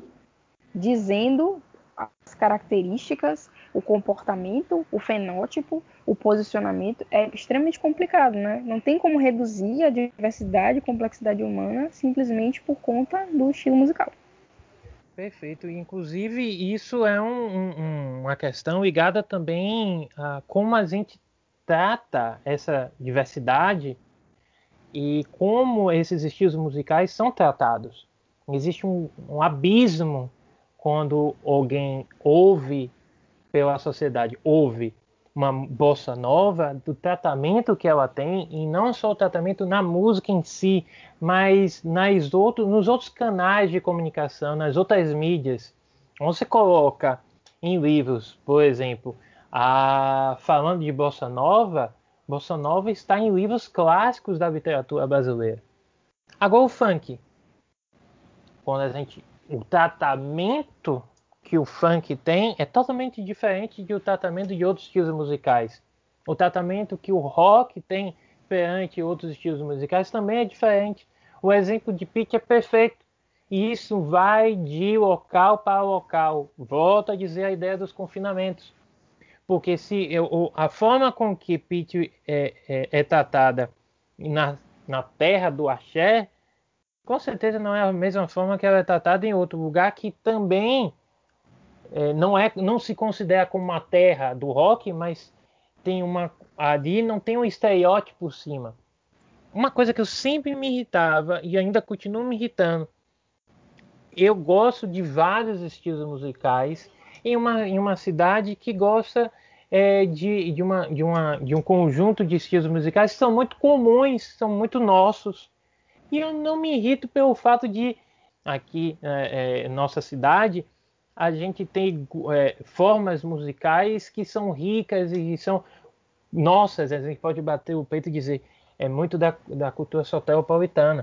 dizendo as características, o comportamento, o fenótipo, o posicionamento. É extremamente complicado, né? Não tem como reduzir a diversidade e complexidade humana simplesmente por conta do estilo musical. Perfeito. Inclusive, isso é um, um, uma questão ligada também a como a gente trata essa diversidade e como esses estilos musicais são tratados. Existe um, um abismo quando alguém ouve, pela sociedade, ouve uma bossa nova, do tratamento que ela tem, e não só o tratamento na música em si, mas nas outros, nos outros canais de comunicação, nas outras mídias. Você coloca em livros, por exemplo, a, falando de bossa nova, bossa nova está em livros clássicos da literatura brasileira. Agora o funk, quando a gente, o tratamento que o funk tem é totalmente diferente do tratamento de outros estilos musicais. O tratamento que o rock tem perante outros estilos musicais também é diferente. O exemplo de Pitty é perfeito. E isso vai de local para local. Volto a dizer a ideia dos confinamentos. Porque se eu, a forma com que Pitty é, é, é tratada na, na terra do axé, com certeza não é a mesma forma que ela é tratada em outro lugar que também é, não, é, não se considera como uma terra do rock, mas tem uma, ali não tem um estereótipo por cima. Uma coisa que eu sempre me irritava e ainda continuo me irritando, eu gosto de vários estilos musicais em uma, em uma cidade que gosta é, de, de, uma, de, uma, de um conjunto de estilos musicais que são muito comuns, são muito nossos. E eu não me irrito pelo fato de, aqui é, é, nossa cidade, a gente tem é, formas musicais que são ricas e são nossas. A gente pode bater o peito e dizer, é muito da, da cultura soteropolitana.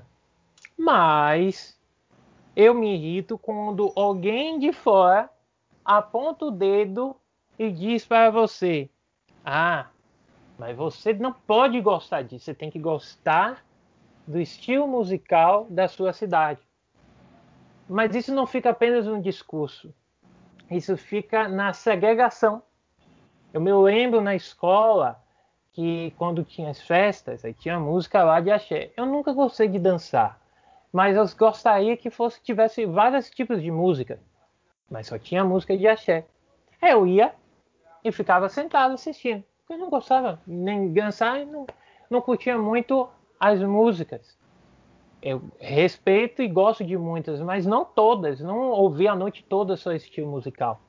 Mas eu me irrito quando alguém de fora aponta o dedo e diz para você, ah, mas você não pode gostar disso, você tem que gostar do estilo musical da sua cidade. Mas isso não fica apenas no discurso, isso fica na segregação. Eu me lembro na escola que quando tinha as festas, aí tinha música lá de axé. Eu nunca gostei de dançar, mas eu gostaria que fosse tivesse vários tipos de música, mas só tinha música de axé. Aí eu ia e ficava sentado assistindo. Eu não gostava nem de dançar e não, não curtia muito as músicas. Eu respeito e gosto de muitas, mas não todas. Não ouvi a noite toda só estilo musical.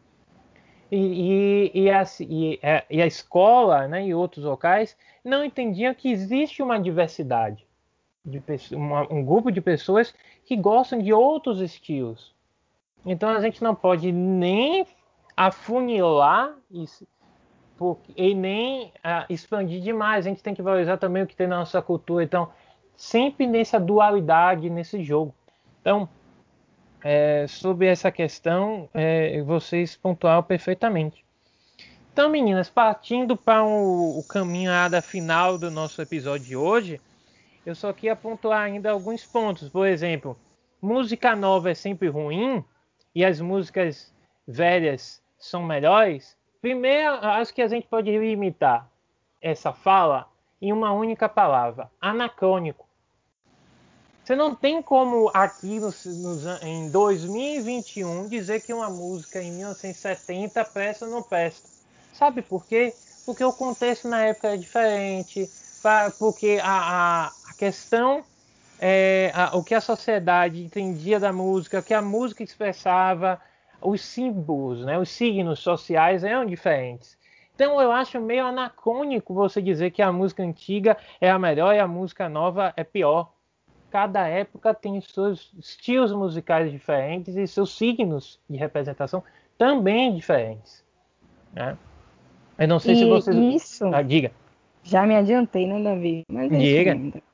E, e, e, a, e, a, e a escola, né, e outros locais não entendiam que existe uma diversidade, de uma, um grupo de pessoas que gostam de outros estilos. Então a gente não pode nem afunilar isso, e nem uh, expandir demais. A gente tem que valorizar também o que tem na nossa cultura. Então, sempre nessa dualidade, nesse jogo. Então, é, sobre essa questão, é, vocês pontuaram perfeitamente. Então, meninas, partindo para o, o caminho da final do nosso episódio de hoje, eu só queria pontuar ainda alguns pontos. Por exemplo, música nova é sempre ruim e as músicas velhas são melhores. Primeiro, acho que a gente pode limitar essa fala em uma única palavra: anacrônico. Você não tem como aqui no, no, em dois mil e vinte e um dizer que uma música em mil novecentos e setenta presta ou não presta. Sabe por quê? Porque o contexto na época é diferente, pra, porque a, a, a questão, é, a, o que a sociedade entendia da música, o que a música expressava, os símbolos, né, os signos sociais eram diferentes. Então eu acho meio anacrônico você dizer que a música antiga é a melhor e a música nova é pior. Cada época tem seus estilos musicais diferentes e seus signos de representação também diferentes, né? Eu não sei se E vocês... isso, Ah, diga. já me adiantei, né, Davi? Mas é isso Diga. mesmo. Tá?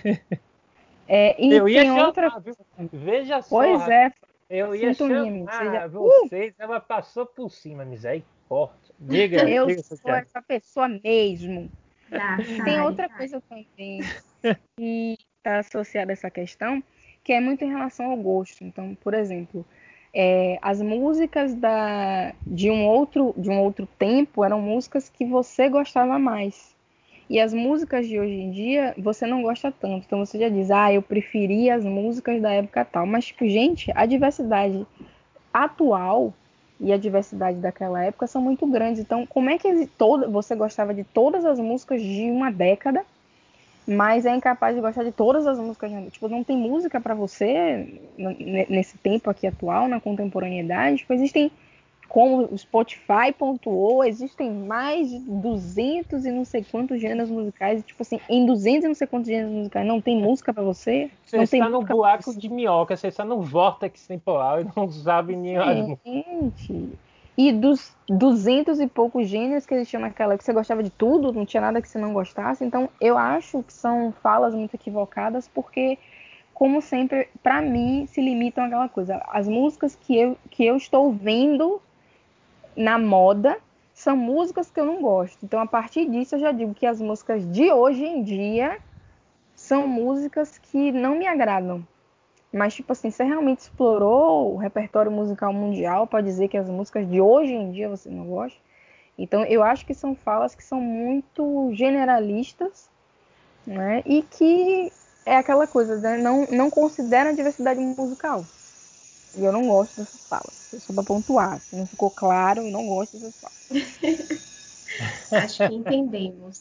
É, e Eu ia tem outra chamar, viu? coisa. Veja só, Pois Rafa. é, Eu ia sintonia, menino. Seja, chamar uh, vocês, ela passou por cima, misericórdia. Diga, eu diga, sou Santiago. essa pessoa mesmo. Tá, Tem fale. outra coisa também que está associada a essa questão, que é muito em relação ao gosto. Então, por exemplo, é, as músicas da, de, um outro, de um outro tempo eram músicas que você gostava mais. E as músicas de hoje em dia, você não gosta tanto. Então você já diz, ah, eu preferia as músicas da época tal. Mas, tipo, gente, a diversidade atual e a diversidade daquela época são muito grandes. Então, como é que toda, você gostava de todas as músicas de uma década, mas é incapaz de gostar de todas as músicas? Tipo, não tem música para você nesse tempo aqui atual, na contemporaneidade? Tipo, existem, como o Spotify pontuou, existem mais de duzentos e não sei quantos gêneros musicais. Tipo assim, em duzentos e não sei quantos gêneros musicais não tem música para você? Você Não tem está no música pra buraco você? de minhoca, você está no vórtex temporal e não sabe nem as músicas. Gente, e dos duzentos e poucos gêneros que existiam naquela época, você gostava de tudo, não tinha nada que você não gostasse. Então, eu acho que são falas muito equivocadas, porque, como sempre, para mim, se limitam àquela coisa. As músicas que eu, que eu estou vendo na moda são músicas que eu não gosto. Então, a partir disso, eu já digo que as músicas de hoje em dia são músicas que não me agradam. Mas, tipo assim, você realmente explorou o repertório musical mundial para dizer que as músicas de hoje em dia você não gosta? Então, eu acho que são falas que são muito generalistas, né? E que é aquela coisa, né? Não, não consideram a diversidade musical. E eu não gosto dessas falas. Só para pontuar. Se não ficou claro, eu não gosto dessas falas. Acho que entendemos.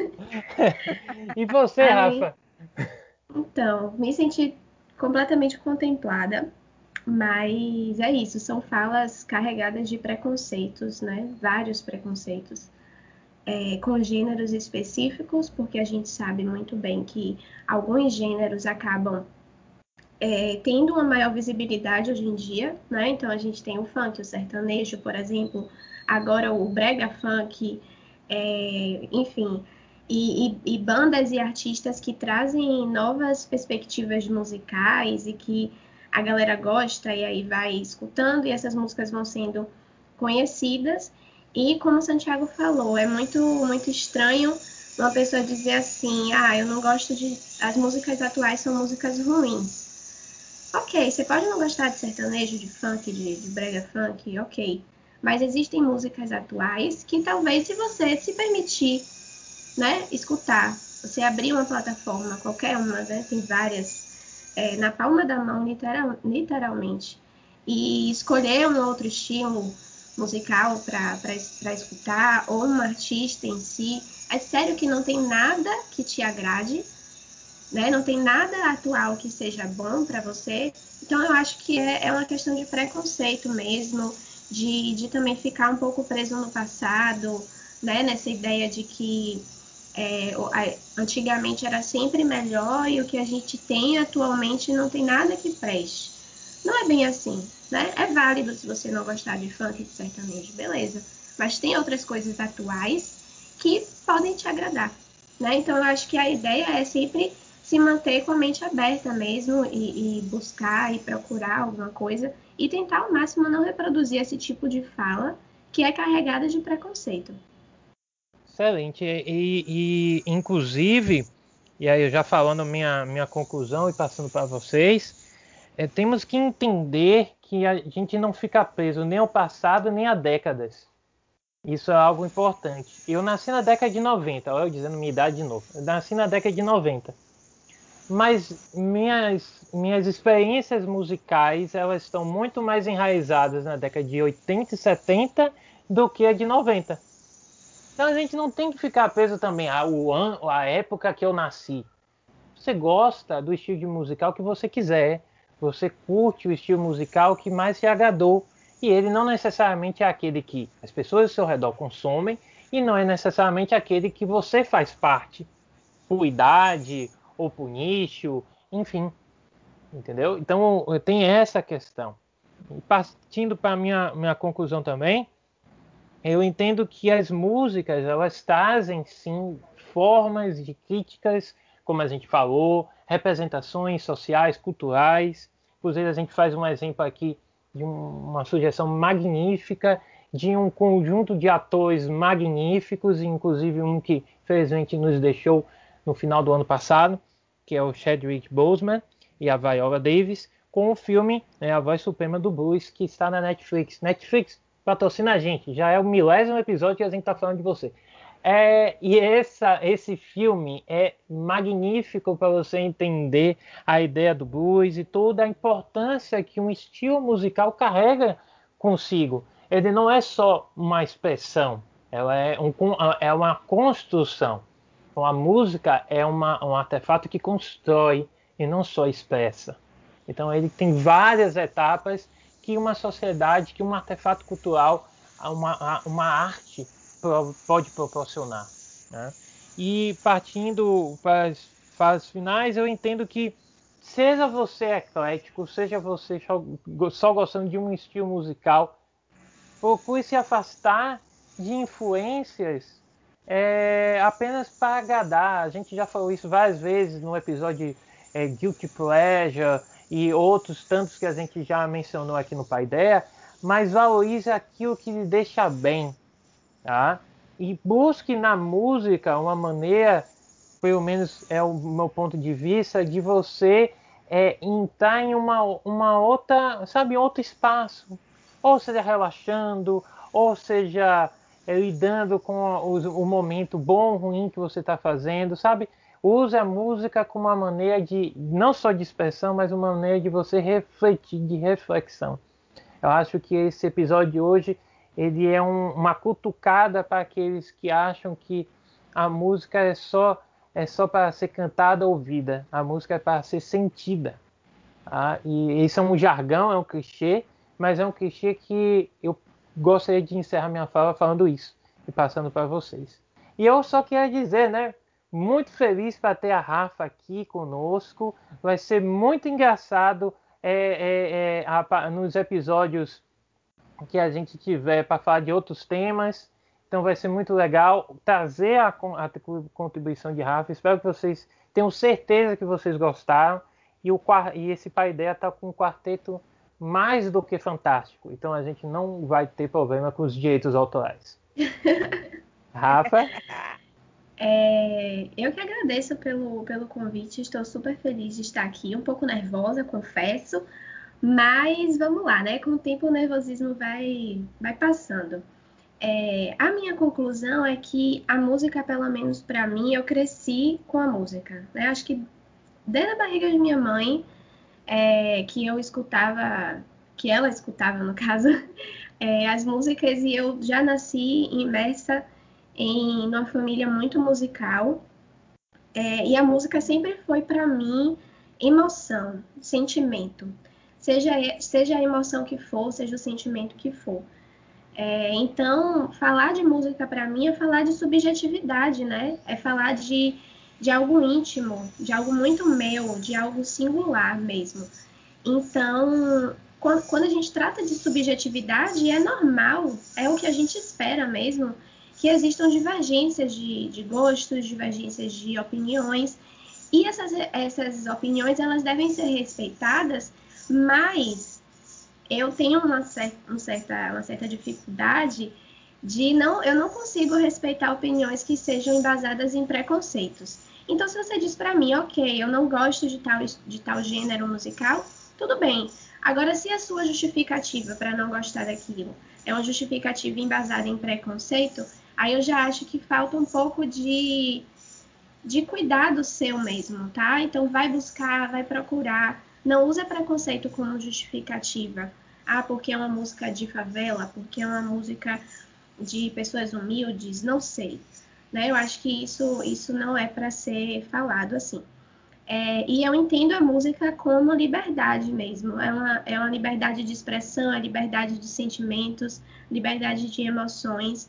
E você, A mim, Rafa? então, me senti completamente contemplada, mas é isso, são falas carregadas de preconceitos, né? Vários preconceitos, é, com gêneros específicos, porque a gente sabe muito bem que alguns gêneros acabam é, tendo uma maior visibilidade hoje em dia, né? Então a gente tem o funk, o sertanejo, por exemplo, agora o brega funk, é, enfim, e, e, e bandas e artistas que trazem novas perspectivas musicais e que a galera gosta e aí vai escutando e essas músicas vão sendo conhecidas. E como o Santiago falou, é muito, muito estranho uma pessoa dizer assim, ah, eu não gosto de... As músicas atuais são músicas ruins. Ok, você pode não gostar de sertanejo, de funk, de, de brega funk, ok. Mas existem músicas atuais que talvez se você se permitir, né, escutar, você abrir uma plataforma, qualquer uma, né, tem várias, é, na palma da mão, literal, literalmente, e escolher um outro estilo musical para escutar, ou um artista em si, é sério que não tem nada que te agrade, né? Não tem nada atual que seja bom para você. Então eu acho que é, é uma questão de preconceito mesmo, de, de também ficar um pouco preso no passado, né? Nessa ideia de que é, antigamente era sempre melhor e o que a gente tem atualmente não tem nada que preste. Não é bem assim, né? É válido se você não gostar de funk, de sertanejo, beleza. Mas tem outras coisas atuais que podem te agradar, né? Então eu acho que a ideia é sempre se manter com a mente aberta mesmo e, e buscar e procurar alguma coisa e tentar ao máximo não reproduzir esse tipo de fala que é carregada de preconceito. Excelente. E, e, inclusive, e aí eu já falando minha, minha conclusão e passando para vocês, é, temos que entender que a gente não fica preso nem ao passado nem a décadas. Isso é algo importante. Eu nasci na década de noventa, olha eu dizendo minha idade de novo. Eu nasci na década de noventa. Mas minhas, minhas experiências musicais, elas estão muito mais enraizadas na década de oitenta e setenta do que a de noventa. Então a gente não tem que ficar preso também a, o an, a época que eu nasci. Você gosta do estilo de musical que você quiser, você curte o estilo musical que mais te agradou, e ele não necessariamente é aquele que as pessoas ao seu redor consomem, e não é necessariamente aquele que você faz parte, por idade, ou por nicho, enfim, entendeu? Então tem essa questão. E partindo para a minha, minha conclusão também, eu entendo que as músicas, elas trazem, sim, formas de críticas, como a gente falou, representações sociais, culturais. Inclusive, a gente faz um exemplo aqui de um, uma sugestão magnífica de um conjunto de atores magníficos, inclusive um que, felizmente, nos deixou no final do ano passado, que é o Chadwick Boseman e a Viola Davis, com o filme, né, A Voz Suprema do Blues, que está na Netflix. Netflix, patrocina a gente, já é o milésimo episódio que a gente está falando de você. É, e essa, esse filme é magnífico para você entender a ideia do blues e toda a importância que um estilo musical carrega consigo. Ele não é só uma expressão, ela é, um, é uma construção. Então, a música é uma, um artefato que constrói e não só expressa. Então ele tem várias etapas que uma sociedade, que um artefato cultural, uma, uma arte pode proporcionar, né? E partindo para as fases finais, eu entendo que seja você eclético, seja você só gostando de um estilo musical, procure se afastar de influências é, apenas para agradar. A gente já falou isso várias vezes no episódio é, Guilty Pleasure e outros tantos que a gente já mencionou aqui no Paideia, mas valorize aquilo que lhe deixa bem, tá? E busque na música uma maneira, pelo menos é o meu ponto de vista, de você é, entrar em uma, uma outra, sabe, outro espaço, ou seja, relaxando, ou seja, é, lidando com o, o momento bom ou ruim que você está fazendo, sabe? Use a música como uma maneira de, não só de expressão, mas uma maneira de você refletir, de reflexão. Eu acho que esse episódio de hoje, ele é um, uma cutucada para aqueles que acham que a música é só, é só para ser cantada ou ouvida. A música é para ser sentida. Tá? E isso é um jargão, é um clichê, mas é um clichê que eu gostaria de encerrar minha fala falando isso e passando para vocês. E eu só queria dizer, né? Muito feliz para ter a Rafa aqui conosco. Vai ser muito engraçado é, é, é, a, nos episódios que a gente tiver para falar de outros temas. Então vai ser muito legal trazer a, a contribuição de Rafa. Espero que vocês tenham certeza que vocês gostaram. E, o, e esse Paideia está com um quarteto mais do que fantástico. Então a gente não vai ter problema com os direitos autorais. Rafa? É, eu que agradeço pelo, pelo convite, estou super feliz de estar aqui, um pouco nervosa, confesso, mas vamos lá, né? Com o tempo o nervosismo vai, vai passando. É, a minha conclusão é que a música, pelo menos para mim, eu cresci com a música, né? Acho que desde a barriga de minha mãe, é, que eu escutava, que ela escutava no caso, é, as músicas, e eu já nasci imersa em uma família muito musical, é, e a música sempre foi para mim emoção, sentimento, seja, seja a emoção que for, seja o sentimento que for. É, então, falar de música para mim é falar de subjetividade, né? É falar de, de algo íntimo, de algo muito meu, de algo singular mesmo. Então, quando, quando a gente trata de subjetividade, é normal, é o que a gente espera mesmo, que existam divergências de, de gostos, divergências de opiniões, e essas, essas opiniões elas devem ser respeitadas, mas eu tenho uma certa, uma certa, uma certa dificuldade de não, eu não consigo respeitar opiniões que sejam embasadas em preconceitos. Então, se você diz para mim, ok, eu não gosto de tal, de tal gênero musical, tudo bem. Agora, se a sua justificativa para não gostar daquilo é uma justificativa embasada em preconceito, aí eu já acho que falta um pouco de, de cuidado seu mesmo, tá? Então, vai buscar, vai procurar. Não usa preconceito como justificativa. Ah, porque é uma música de favela, porque é uma música de pessoas humildes, não sei. Né? Eu acho que isso, isso não é para ser falado assim. É, e eu entendo a música como liberdade mesmo. É uma, é uma liberdade de expressão, é liberdade de sentimentos, liberdade de emoções.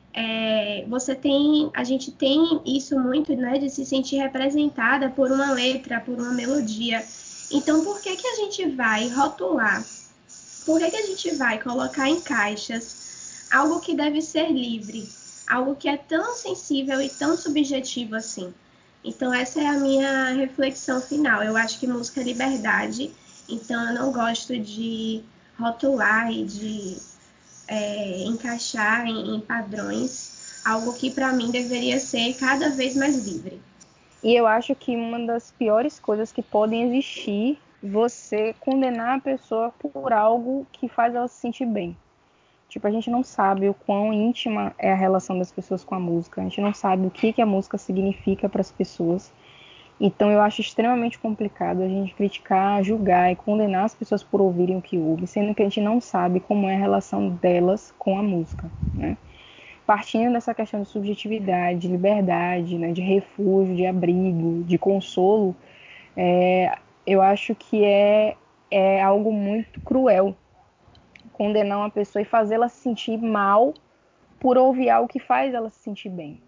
É, você tem, a gente tem isso muito, né, de se sentir representada por uma letra, por uma melodia. Então, por que que a gente vai rotular? Por que que a gente vai colocar em caixas algo que deve ser livre? Algo que é tão sensível e tão subjetivo assim? Então, essa é a minha reflexão final. Eu acho que música é liberdade, então eu não gosto de rotular e de é, encaixar em, em padrões, algo que para mim deveria ser cada vez mais livre. E eu acho que uma das piores coisas que podem existir, você condenar a pessoa por algo que faz ela se sentir bem. Tipo, a gente não sabe o quão íntima é a relação das pessoas com a música, a gente não sabe o que, que a música significa para as pessoas. Então eu acho extremamente complicado a gente criticar, julgar e condenar as pessoas por ouvirem o que ouvem, sendo que a gente não sabe como é a relação delas com a música, né? Partindo dessa questão de subjetividade, de liberdade, né, de refúgio, de abrigo, de consolo, é, eu acho que é, é algo muito cruel condenar uma pessoa e fazê-la se sentir mal por ouvir algo que faz ela se sentir bem.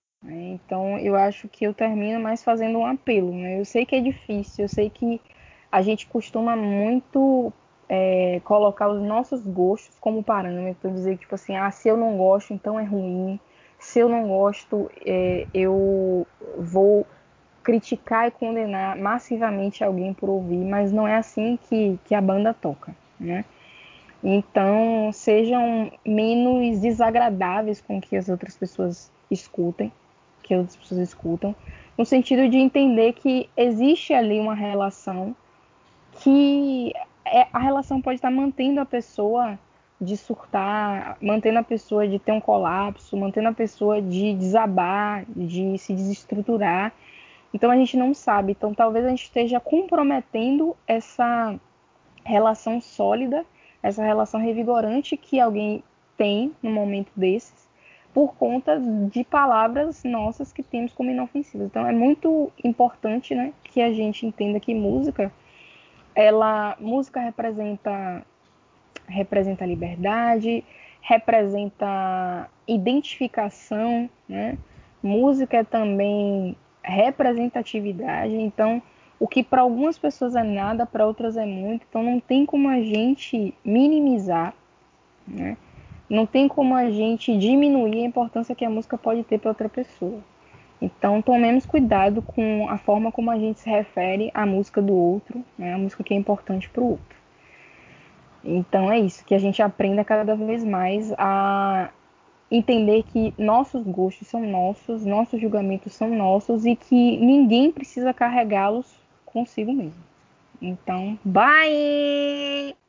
Então, eu acho que eu termino mais fazendo um apelo, né? Eu sei que é difícil, eu sei que a gente costuma muito é, colocar os nossos gostos como parâmetro, dizer tipo assim, ah, se eu não gosto, então é ruim. Se eu não gosto, é, eu vou criticar e condenar massivamente alguém por ouvir, mas não é assim que, que a banda toca, né? Então, sejam menos desagradáveis com que as outras pessoas escutem, que outras pessoas escutam, no sentido de entender que existe ali uma relação que é, a relação pode estar mantendo a pessoa de surtar, mantendo a pessoa de ter um colapso, mantendo a pessoa de desabar, de se desestruturar. Então a gente não sabe. Então talvez a gente esteja comprometendo essa relação sólida, essa relação revigorante que alguém tem no momento desses, por conta de palavras nossas que temos como inofensivas. Então é muito importante, né, que a gente entenda que música, ela, música representa, representa liberdade, representa identificação, né? Música é também representatividade. Então, o que para algumas pessoas é nada, para outras é muito. Então, não tem como a gente minimizar, né? Não tem como a gente diminuir a importância que a música pode ter para outra pessoa. Então, tomemos cuidado com a forma como a gente se refere à música do outro, né? A música que é importante para o outro. Então, é isso, que a gente aprenda cada vez mais a entender que nossos gostos são nossos, nossos julgamentos são nossos e que ninguém precisa carregá-los consigo mesmo. Então, bye!